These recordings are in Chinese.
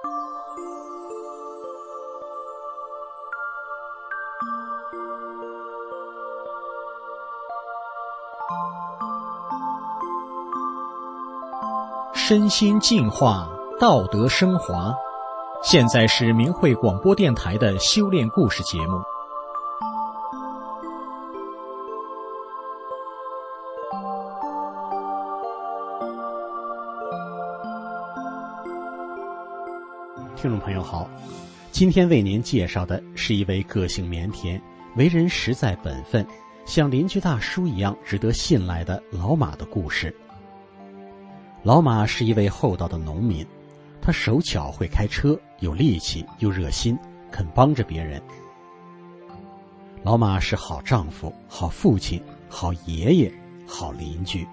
身心净化，道德升华。现在是明慧广播电台的修炼故事节目。 听众朋友好，今天为您介绍的是一位个性腼腆、为人实在本分、像邻居大叔一样值得信赖的老马的故事。老马是一位厚道的农民，他手巧会开车，有力气又热心，肯帮着别人。老马是好丈夫、好父亲、好爷爷、好邻居。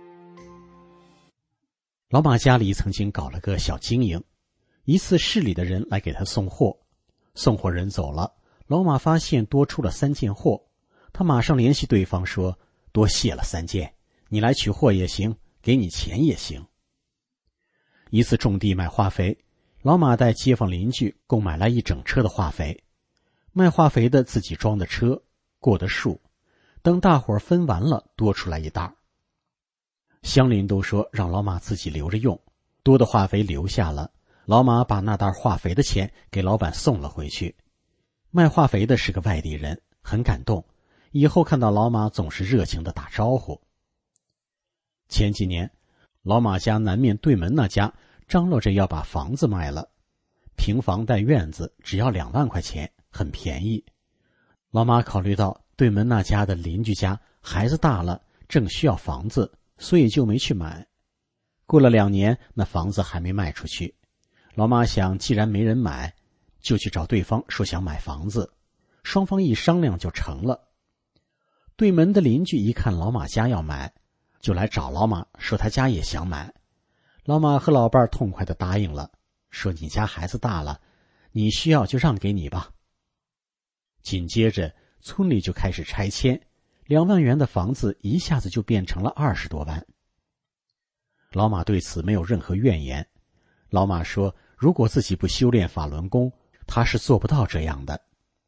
老马家里曾经搞了个小经营，一次市里的人来给他送货，送货人走了，老马发现多出了3件货，他马上联系对方说，多卸了3件，你来取货也行，给你钱也行。一次种地买化肥，老马带街坊邻居共买来1整车的化肥，卖化肥的自己装的车，过的数，等大伙儿分完了，多出来1袋。乡邻都说让老马自己留着用，多的化肥留下了，老马把那袋化肥的钱给老板送了回去。卖化肥的是个外地人，很感动，以后看到老马总是热情地打招呼。前几年，老马家南面对门那家张罗着要把房子卖了，平房带院子，只要2万块钱，很便宜。老马考虑到对门那家的邻居家孩子大了，正需要房子，所以就没去买。过了2年，那房子还没卖出去。老马想，既然没人买，就去找对方说想买房子，双方一商量就成了。对门的邻居一看老马家要买，就来找老马说他家也想买。老马和老伴儿痛快地答应了，说你家孩子大了，你需要就让给你吧。紧接着村里就开始拆迁，2万元的房子一下子就变成了20多万。老马对此没有任何怨言。老马说，如果自己不修炼法轮功，他是做不到这样的。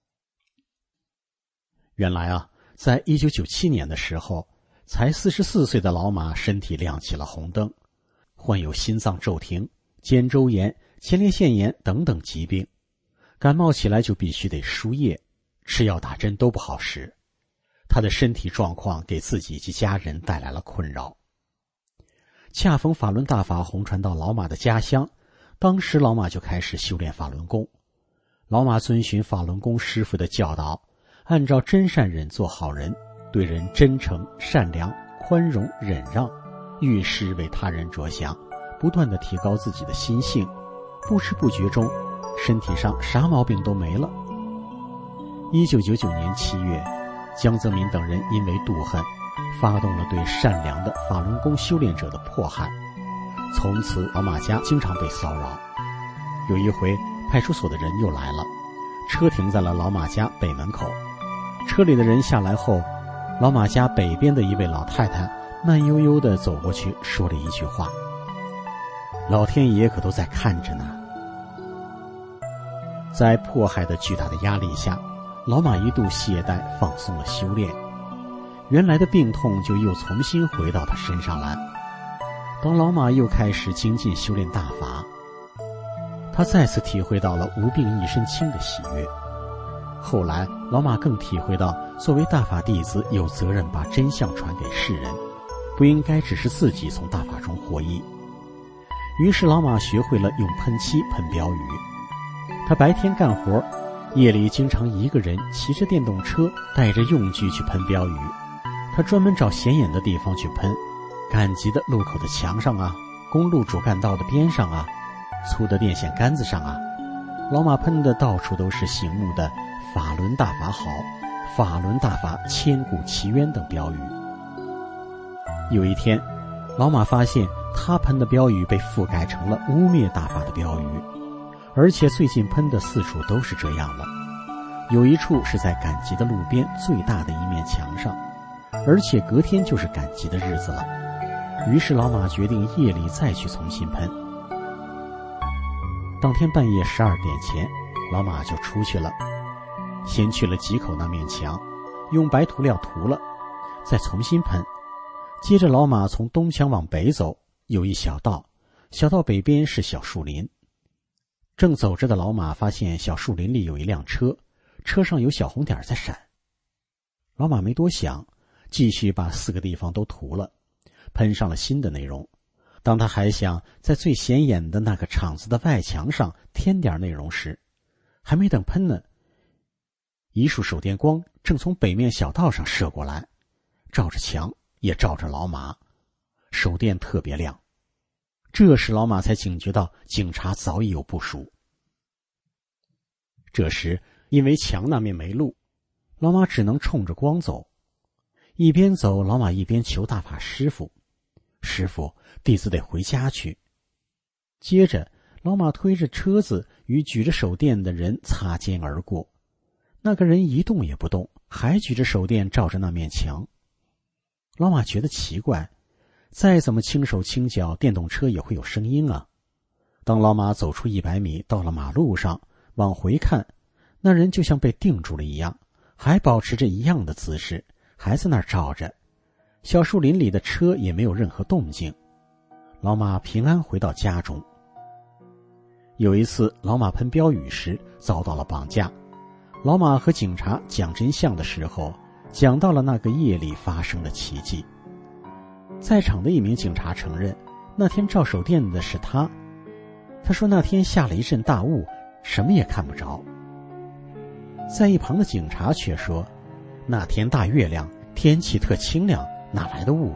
原来啊，在1997年的时候，才44岁的老马身体亮起了红灯，患有心脏骤停、肩周炎、前列腺炎等等疾病，感冒起来就必须得输液，吃药打针都不好使。他的身体状况给自己及家人带来了困扰。恰逢法轮大法红传到老马的家乡，当时老马就开始修炼法轮功。老马遵循法轮功师父的教导，按照真善忍做好人，对人真诚、善良、宽容、忍让，遇事为他人着想，不断地提高自己的心性，不知不觉中，身体上啥毛病都没了。1999年7月，江泽民等人因为妒恨，发动了对善良的法轮功修炼者的迫害。从此老马家经常被骚扰。有一回，派出所的人又来了，车停在了老马家北门口。车里的人下来后，老马家北边的一位老太太慢悠悠地走过去，说了一句话：老天爷可都在看着呢。在迫害的巨大的压力下，老马一度懈怠，放松了修炼，原来的病痛就又重新回到他身上来。当老马又开始精进修炼大法，他再次体会到了无病一身轻的喜悦。后来老马更体会到，作为大法弟子有责任把真相传给世人，不应该只是自己从大法中获益。于是老马学会了用喷漆喷标语。他白天干活，夜里经常一个人骑着电动车，带着用具去喷标语。他专门找显眼的地方去喷，赶集的路口的墙上啊，公路主干道的边上啊，粗的电线杆子上啊。老马喷的到处都是醒目的法轮大法好、法轮大法千古奇冤等标语。有一天，老马发现他喷的标语被覆盖成了污蔑大法的标语，而且最近喷的4处都是这样了。有一处是在赶集的路边最大的一面墙上，而且隔天就是赶集的日子了。于是老马决定夜里再去重新喷。 当天半夜12点前，老马就出去了，先去了几口那面墙，用白涂料涂了，再重新喷。接着老马从东墙往北走，有一小道，小道北边是小树林。正走着的老马发现小树林里有一辆车，车上有小红点在闪。老马没多想，继续把4个地方都涂了，喷上了新的内容。当他还想在最显眼的那个厂子的外墙上添点内容时，还没等喷呢，一束手电光正从北面小道上射过来，照着墙也照着老马，手电特别亮。这时老马才警觉到警察早已有部署。这时因为墙那面没路，老马只能冲着光走。一边走，老马一边求大法师傅：“师傅，弟子得回家去。”接着老马推着车子与举着手电的人擦肩而过，那个人一动也不动，还举着手电照着那面墙。老马觉得奇怪，再怎么轻手轻脚，电动车也会有声音啊。当老马走出100米，到了马路上，往回看，那人就像被定住了一样，还保持着一样的姿势，还在那儿照着。小树林里的车也没有任何动静。老马平安回到家中。有一次老马喷标语时遭到了绑架，老马和警察讲真相的时候，讲到了那个夜里发生的奇迹。在场的一名警察承认，那天照手电的是他。他说那天下了一阵大雾，什么也看不着。在一旁的警察却说，那天大月亮，天气特清亮，哪来的雾？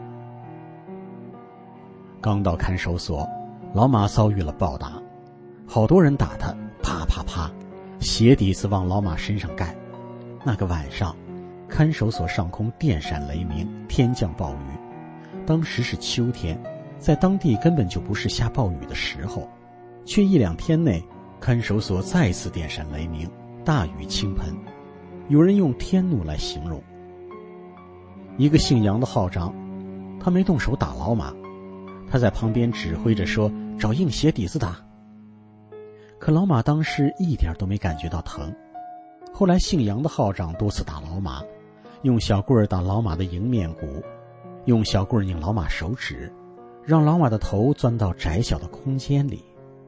刚到看守所，老马遭遇了暴打，好多人打他，啪啪啪，鞋底子往老马身上盖。那个晚上，看守所上空电闪雷鸣，天降暴雨。当时是秋天，在当地根本就不是下暴雨的时候，却1-2天内，看守所再次电闪雷鸣，大雨倾盆。有人用天怒来形容。一个姓杨的号长，他没动手打老马，他在旁边指挥着说，找硬鞋底子打。可老马当时一点都没感觉到疼。后来姓杨的号长多次打老马，用小棍打老马的迎面骨，用小棍拧老马手指，让老马的头钻到窄小的空间里。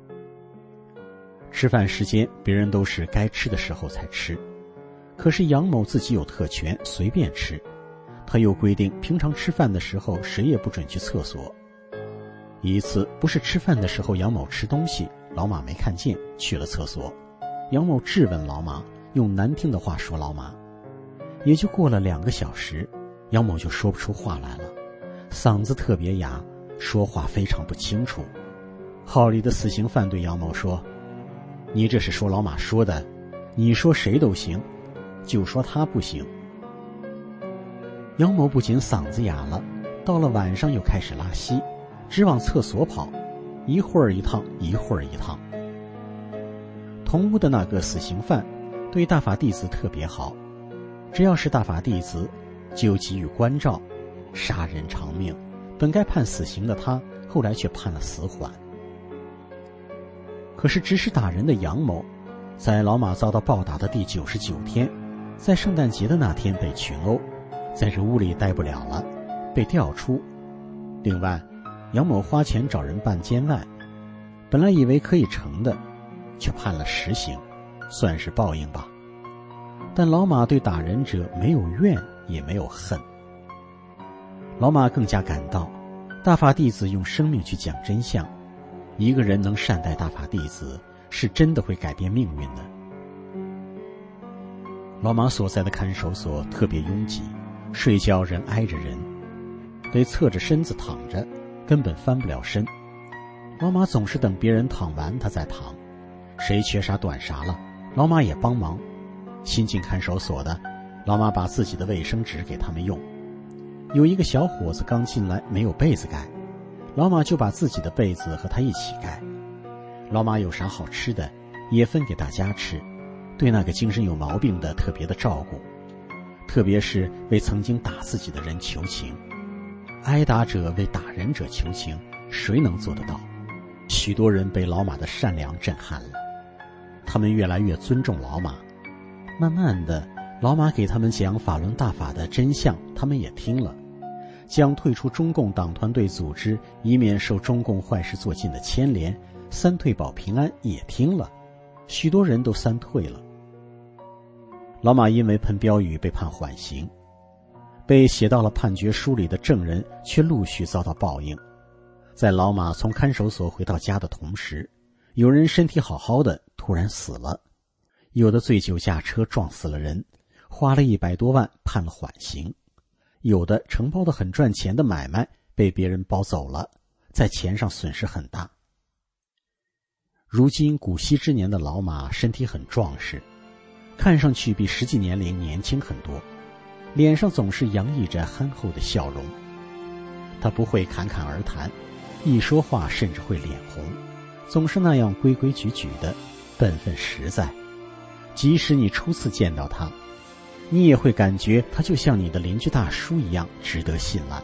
吃饭时间别人都是该吃的时候才吃，可是杨某自己有特权，随便吃。他又规定平常吃饭的时候谁也不准去厕所。一次不是吃饭的时候，杨某吃东西，老马没看见，去了厕所。杨某质问老马，用难听的话说老马。也就过了2个小时，杨某就说不出话来了，嗓子特别哑，说话非常不清楚。号里的死刑犯对杨某说，你这是说老马说的，你说谁都行，就说他不行。杨某不仅嗓子哑了，到了晚上又开始拉稀，只往厕所跑，一会儿一趟，一会儿一趟。同屋的那个死刑犯对大法弟子特别好，只要是大法弟子就给予关照，杀人偿命。本该判死刑的他，后来却判了死缓。可是指使打人的杨某，在老马遭到暴打的第99天，在圣诞节的那天被群殴，在这屋里待不了了，被调出。另外，杨某花钱找人办监外，本来以为可以成的，却判了10刑，算是报应吧。但老马对打人者没有怨，也没有恨。老马更加感到，大法弟子用生命去讲真相，一个人能善待大法弟子，是真的会改变命运的。老马所在的看守所特别拥挤，睡觉人挨着人，得侧着身子躺着，根本翻不了身。老马总是等别人躺完他再躺，谁缺啥短啥了，老马也帮忙。新进看守所的，老马把自己的卫生纸给他们用。有一个小伙子刚进来没有被子盖，老马就把自己的被子和他一起盖。老马有啥好吃的也分给大家吃，对那个精神有毛病的特别的照顾，特别是为曾经打自己的人求情。挨打者为打人者求情，谁能做得到？ 许多人被老马的善良震撼了，他们越来越尊重老马。慢慢的，老马给他们讲法轮大法的真相，他们也听了；将退出中共党团队组织，以免受中共坏事做尽的牵连，三退保平安也听了。许多人都三退了。老马因为喷标语被判缓刑，被写到了判决书里的证人却陆续遭到报应。在老马从看守所回到家的同时，有人身体好好的突然死了，有的醉酒驾车撞死了人，花了100多万判了缓刑，有的承包的很赚钱的买卖被别人包走了，在钱上损失很大。如今古稀之年的老马身体很壮实，看上去比实际年龄年轻很多，脸上总是洋溢着憨厚的笑容。他不会侃侃而谈，一说话甚至会脸红，总是那样规规矩矩的，本分实在。即使你初次见到他，你也会感觉他就像你的邻居大叔一样值得信赖。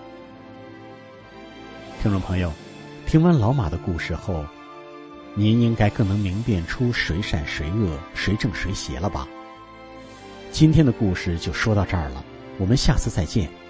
听众朋友，听完老马的故事后，您应该更能明辨出谁善谁恶，谁正谁邪了吧？今天的故事就说到这儿了，我们下次再见。